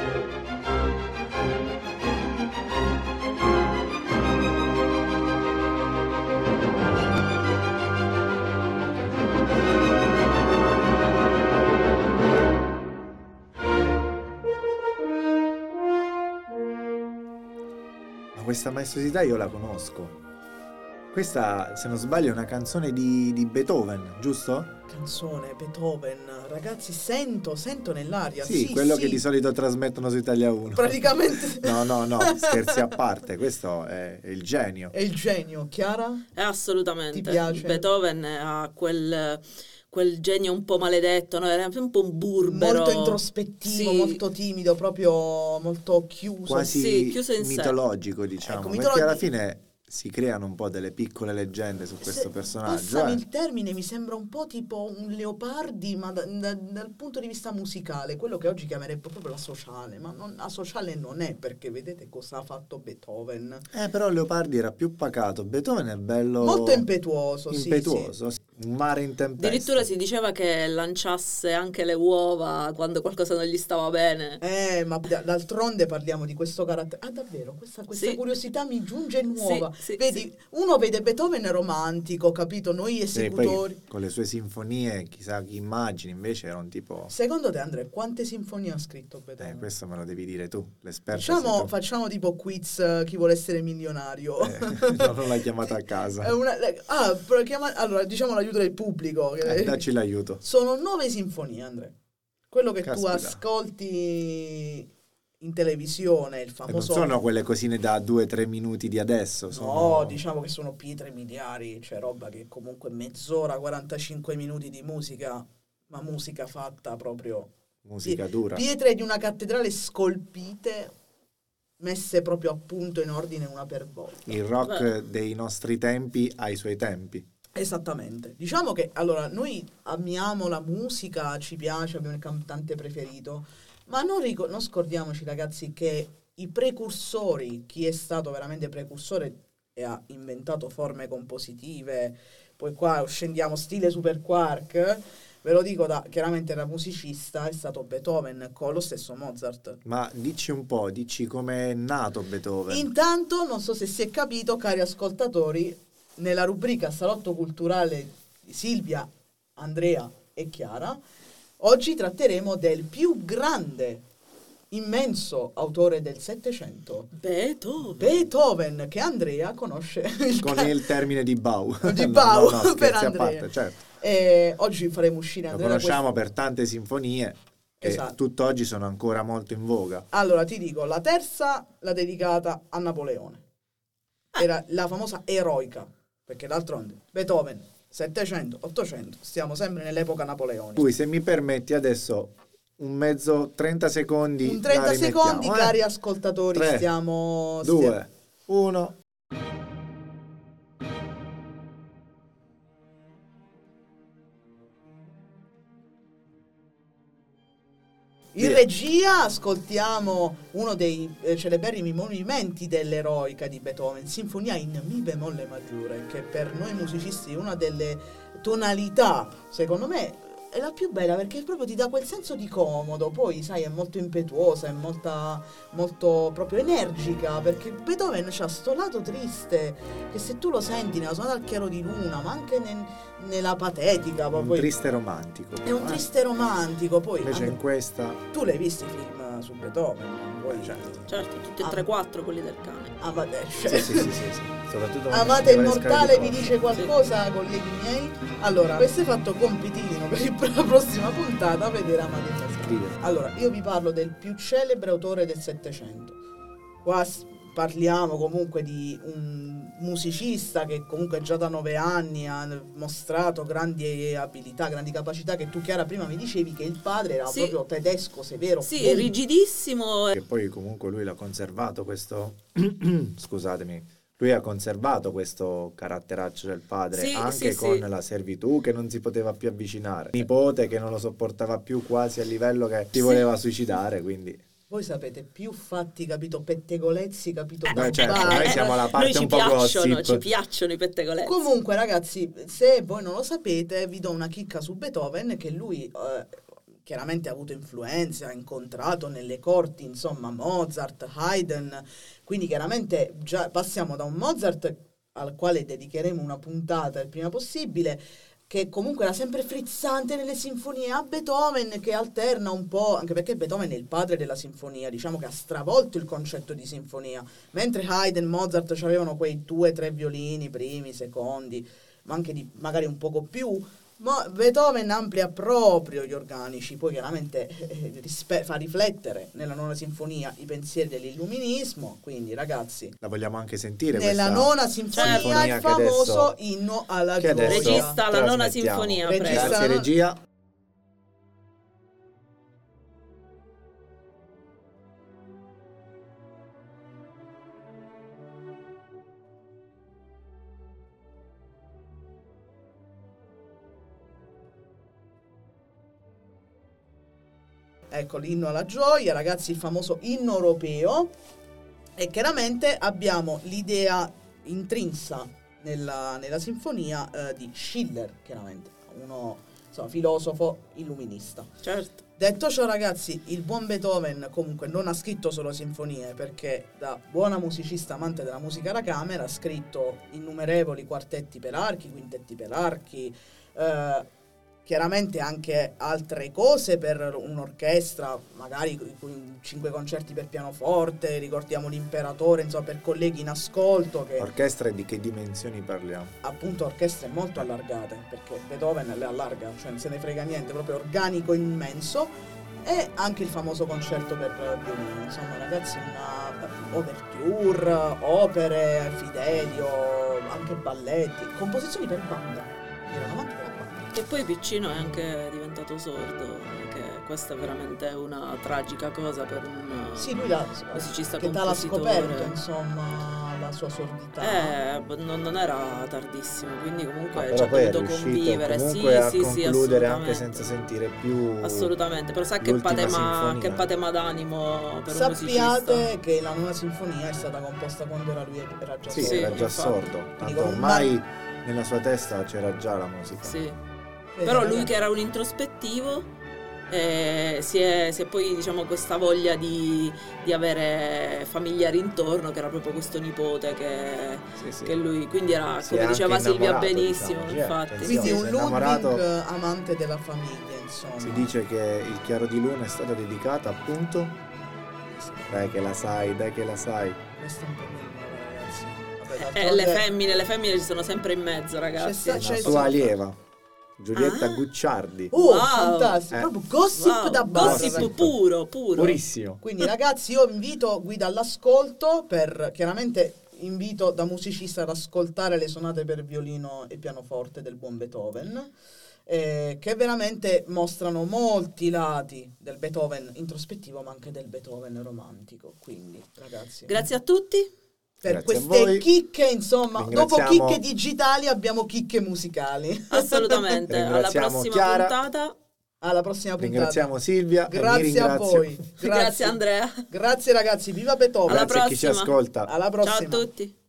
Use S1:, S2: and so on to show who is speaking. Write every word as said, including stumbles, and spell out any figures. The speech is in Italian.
S1: Questa maestosità io la conosco. Questa, se non sbaglio, è una canzone di, di Beethoven, giusto?
S2: Canzone, Beethoven, ragazzi, sento, sento nell'aria.
S1: Sì,
S2: sì
S1: quello
S2: sì.
S1: che di solito trasmettono su Italia uno.
S2: Praticamente.
S1: No, no, no, scherzi a parte, questo è, è il genio.
S2: È il genio, Chiara?
S3: Eh, assolutamente.
S2: Ti piace?
S3: Beethoven ha quel... quel genio un po' maledetto, no? Era un po' un burbero.
S2: Molto introspettivo,
S3: sì.
S2: molto timido, proprio molto chiuso.
S1: Quasi
S3: sì, chiuso in
S1: mitologico, diciamo,
S2: ecco,
S1: perché
S2: mitologi-
S1: alla fine si creano un po' delle piccole leggende su questo
S2: Se-
S1: personaggio.
S2: Passami
S1: eh.
S2: il termine, mi sembra un po' tipo un Leopardi, ma da- da- dal punto di vista musicale, quello che oggi chiamerebbe proprio la sociale, ma non, la sociale non è, perché vedete cosa ha fatto Beethoven.
S1: Eh, però Leopardi era più pacato, Beethoven è bello...
S2: Molto impetuoso, sì,
S1: impetuoso,
S2: sì.
S1: un mare in tempesta.
S3: Addirittura si diceva che lanciasse anche le uova quando qualcosa non gli stava bene.
S2: Eh, ma d- d'altronde parliamo di questo carattere. Ah, davvero? Questa, questa
S3: Sì.
S2: curiosità mi giunge nuova.
S3: Sì, sì,
S2: Vedi,
S3: sì.
S2: uno vede Beethoven romantico, capito? Noi
S1: E poi
S2: esecutori.
S1: con le sue sinfonie, chissà che immagini, invece era un tipo...
S2: Secondo te, Andrea, quante sinfonie ha scritto
S1: Eh,
S2: Beethoven?
S1: questo me lo devi dire tu, l'esperto.
S2: Facciamo,
S1: sei tu.
S2: facciamo tipo quiz, uh, chi vuole essere milionario.
S1: Eh, non l'hai chiamata a casa.
S2: È una- ah, però chiama- allora diciamo l'aiuto del pubblico. che-
S1: Eh, dacci l'aiuto.
S2: Sono nove sinfonie, Andrea. Quello che
S1: Caspita.
S2: tu ascolti in televisione, il
S1: E non
S2: famoso...
S1: sono quelle cosine da due tre minuti di adesso. Sono...
S2: No, diciamo che sono pietre miliari, cioè roba che comunque mezz'ora, quarantacinque minuti di musica, ma musica fatta proprio...
S1: musica
S2: Pie-
S1: dura.
S2: Pietre di una cattedrale scolpite, messe proprio a punto in ordine una per volta.
S1: Il rock
S3: Beh.
S1: dei nostri tempi ai suoi tempi.
S2: Esattamente. Diciamo che allora noi amiamo la musica, ci piace, abbiamo il cantante preferito, ma non, ric- non scordiamoci, ragazzi, che i precursori, chi è stato veramente precursore e ha inventato forme compositive, poi qua scendiamo stile Super Quark, ve lo dico da chiaramente da musicista, è stato Beethoven con lo stesso Mozart.
S1: Ma dici un po', dici com'è nato Beethoven.
S2: Intanto, non so se si è capito, cari ascoltatori, nella rubrica Salotto Culturale di Silvia, Andrea e Chiara, oggi tratteremo del più grande, immenso autore del Settecento,
S3: Beethoven.
S2: Beethoven, che Andrea conosce il
S1: Con
S2: ca-
S1: il termine di Bau.
S2: di
S1: No,
S2: Bau
S1: no, no,
S2: per
S1: scherzi a
S2: Andrea.
S1: parte, certo.
S2: E oggi faremo uscire
S1: Lo
S2: Andrea da
S1: conosciamo
S2: questo-
S1: per tante sinfonie che
S2: Esatto.
S1: tutt'oggi sono ancora molto in voga.
S2: Allora ti dico, la terza l'ha dedicata a Napoleone, era la famosa eroica, perché d'altronde Beethoven Settecento, Ottocento, stiamo sempre nell'epoca napoleonica.
S1: Poi se mi permetti adesso un mezzo trenta secondi
S2: Un trenta
S1: la rimettiamo,
S2: secondi,
S1: eh?
S2: cari ascoltatori,
S1: Tre,
S2: stiamo...
S1: due, uno.
S2: In regia ascoltiamo uno dei eh, celeberrimi movimenti dell'eroica di Beethoven, Sinfonia in Mi bemolle maggiore, che per noi musicisti è una delle tonalità, secondo me, è la più bella, perché proprio ti dà quel senso di comodo. Poi sai, è molto impetuosa, è molta, molto proprio energica, perché Beethoven c'ha sto lato triste che se tu lo senti nella sonata al chiaro di luna, ma anche nel- nella patetica,
S1: Un
S2: poi
S1: triste romantico.
S2: è un
S1: eh?
S2: triste romantico. Poi
S1: Invece
S2: anche-
S1: in questa...
S2: tu l'hai visto i film su Beethoven? Poi,
S1: certo.
S3: Certo, tutti e
S2: Ah.
S3: tre quattro quelli del cane.
S2: Amate,
S1: Sì, sì, sì, sì, sì. Soprattutto quando
S2: Amate
S1: scriveva le
S2: Immortale
S1: scale
S2: vi
S1: di
S2: dice qualcosa, colleghi miei? Allora, questo è fatto compitino per, il- per la prossima puntata, vedere Amate Immortale.
S1: Scrive.
S2: Allora, io vi parlo del più celebre autore del Settecento. Qua s- parliamo comunque di un musicista che comunque già da nove anni ha mostrato grandi abilità, grandi capacità, che tu, Chiara, prima mi dicevi che il padre era
S3: Sì.
S2: proprio tedesco, severo.
S3: Sì,
S2: boom.
S3: rigidissimo.
S1: Che poi comunque lui l'ha conservato questo... Scusatemi. Lui ha conservato questo caratteraccio del padre,
S3: Sì,
S1: anche
S3: sì,
S1: con
S3: sì.
S1: la servitù che non si poteva più avvicinare. Nipote che non lo sopportava più, quasi a livello che si
S3: Sì.
S1: voleva suicidare, quindi...
S2: Voi sapete, più fatti, capito, pettegolezzi, capito,
S1: Beh, certo,
S2: barbari.
S1: noi siamo alla parte
S3: Noi ci
S1: un po'
S3: piacciono,
S1: gossip.
S3: ci piacciono i pettegolezzi.
S2: Comunque, ragazzi, se voi non lo sapete, vi do una chicca su Beethoven, che lui, eh, chiaramente ha avuto influenze, ha incontrato nelle corti, insomma, Mozart, Haydn, quindi chiaramente già passiamo da un Mozart al quale dedicheremo una puntata il prima possibile, che comunque era sempre frizzante nelle sinfonie, a Beethoven che alterna un po', anche perché Beethoven è il padre della sinfonia, diciamo che ha stravolto il concetto di sinfonia, mentre Haydn, Mozart avevano quei due, tre violini, primi, secondi, ma anche di magari un poco più. Ma Beethoven amplia proprio gli organici, poi chiaramente eh, rispe- fa riflettere nella nona sinfonia i pensieri dell'illuminismo, quindi ragazzi,
S1: la vogliamo anche sentire
S2: nella
S1: questa
S2: nona sinfonia,
S1: sinfonia
S2: il
S1: che
S2: famoso
S1: adesso-
S2: inno alla
S1: che adesso
S2: gioia.
S3: Regista la nona
S1: trasmettiamo.
S3: sinfonia,
S2: Regista
S3: prego.
S1: Grazie
S2: la-
S1: regia.
S2: Ecco l'inno alla gioia, ragazzi, il famoso inno europeo, e chiaramente abbiamo l'idea intrinsa nella, nella sinfonia eh, di Schiller, chiaramente, uno insomma, filosofo illuminista.
S3: Certo.
S2: Detto ciò, ragazzi, il buon Beethoven comunque non ha scritto solo sinfonie, perché da buona musicista amante della musica da camera ha scritto innumerevoli quartetti per archi, quintetti per archi, eh, chiaramente anche altre cose per un'orchestra, magari cinque concerti per pianoforte, ricordiamo l'Imperatore, insomma, per colleghi in ascolto, che
S1: Orchestra, di che dimensioni parliamo?
S2: appunto orchestre molto allargate, perché Beethoven le allarga, cioè non se ne frega niente, proprio organico immenso, e anche il famoso concerto per violino, insomma ragazzi, una ouverture, opere, Fidelio, anche balletti, composizioni per banda, erano amante della banda.
S3: E poi Piccino è anche diventato sordo, che questa è veramente una tragica cosa per un
S2: Sì, lui l'ha,
S3: musicista
S2: che l'ha
S3: compositore.
S2: scoperto, insomma, la sua sordità.
S3: Eh, non, non era tardissimo, quindi comunque
S1: Però
S3: ci ha
S1: poi è
S3: dovuto
S1: riuscito
S3: convivere.
S1: comunque
S3: Sì,
S1: a
S3: sì, sì,
S1: concludere anche
S3: assolutamente.
S1: senza sentire più
S3: Assolutamente, però sa che
S1: l'ultima
S3: patema,
S1: sinfonia.
S3: che patema d'animo per un musicista.
S2: Sappiate che la nona sinfonia è stata composta quando era lui era già
S1: Sì,
S2: sordo.
S1: era già
S3: infatti.
S1: sordo,
S2: Quindi
S1: tanto
S2: con un
S1: ormai
S2: mar-
S1: nella sua testa c'era già la musica.
S3: Sì.
S2: Vedi,
S3: Però lui
S2: ragazzi,
S3: che era un introspettivo, eh, si, è, si è poi diciamo questa voglia di, di avere familiari intorno, che era proprio questo nipote che,
S1: Sì, sì.
S3: che lui, quindi era,
S1: Si
S3: come
S1: è
S3: diceva
S1: anche
S3: Silvia
S1: innamorato,
S3: benissimo,
S1: diciamo, cioè,
S3: infatti.
S1: attenzione.
S2: quindi
S1: si
S2: un
S1: è innamorato-
S2: Ludwig amante della famiglia, insomma.
S1: Si dice che il Chiaro di Luna è stata dedicata appunto, dai che la sai, dai che la sai,
S2: Questo è un po' meno, ragazzi. Vabbè,
S3: Eh,
S2: d'altronde
S3: le femmine, le femmine ci sono sempre in mezzo, ragazzi.
S2: sta-
S1: la
S2: c'è-
S1: sua allieva Giulietta
S3: Ah.
S1: Gucciardi,
S2: Oh,
S3: Wow.
S2: fantastico,
S1: Eh.
S2: proprio gossip
S3: Wow,
S2: da bar.
S3: gossip
S2: ragazzi.
S3: puro, puro.
S1: purissimo.
S2: Quindi ragazzi, io invito Guida all'ascolto, per chiaramente invito da musicista ad ascoltare le sonate per violino e pianoforte del buon Beethoven, eh, che veramente mostrano molti lati del Beethoven introspettivo, ma anche del Beethoven romantico. Quindi ragazzi,
S3: Grazie a tutti.
S2: per
S1: Grazie a
S2: queste
S1: voi.
S2: chicche, insomma, dopo
S1: Ringraziamo-
S2: chicche digitali abbiamo chicche musicali.
S3: Assolutamente. Alla
S1: Ringraziamo
S3: prossima
S1: Chiara.
S3: puntata.
S2: Alla prossima puntata.
S1: Ringraziamo Silvia e mi
S2: Grazie a
S1: ringrazio.
S2: voi.
S3: Grazie Andrea.
S2: Grazie ragazzi, viva Beethoven.
S3: Alla
S1: Grazie a chi ci
S3: prossima.
S1: ascolta.
S2: Alla prossima.
S3: Ciao a tutti.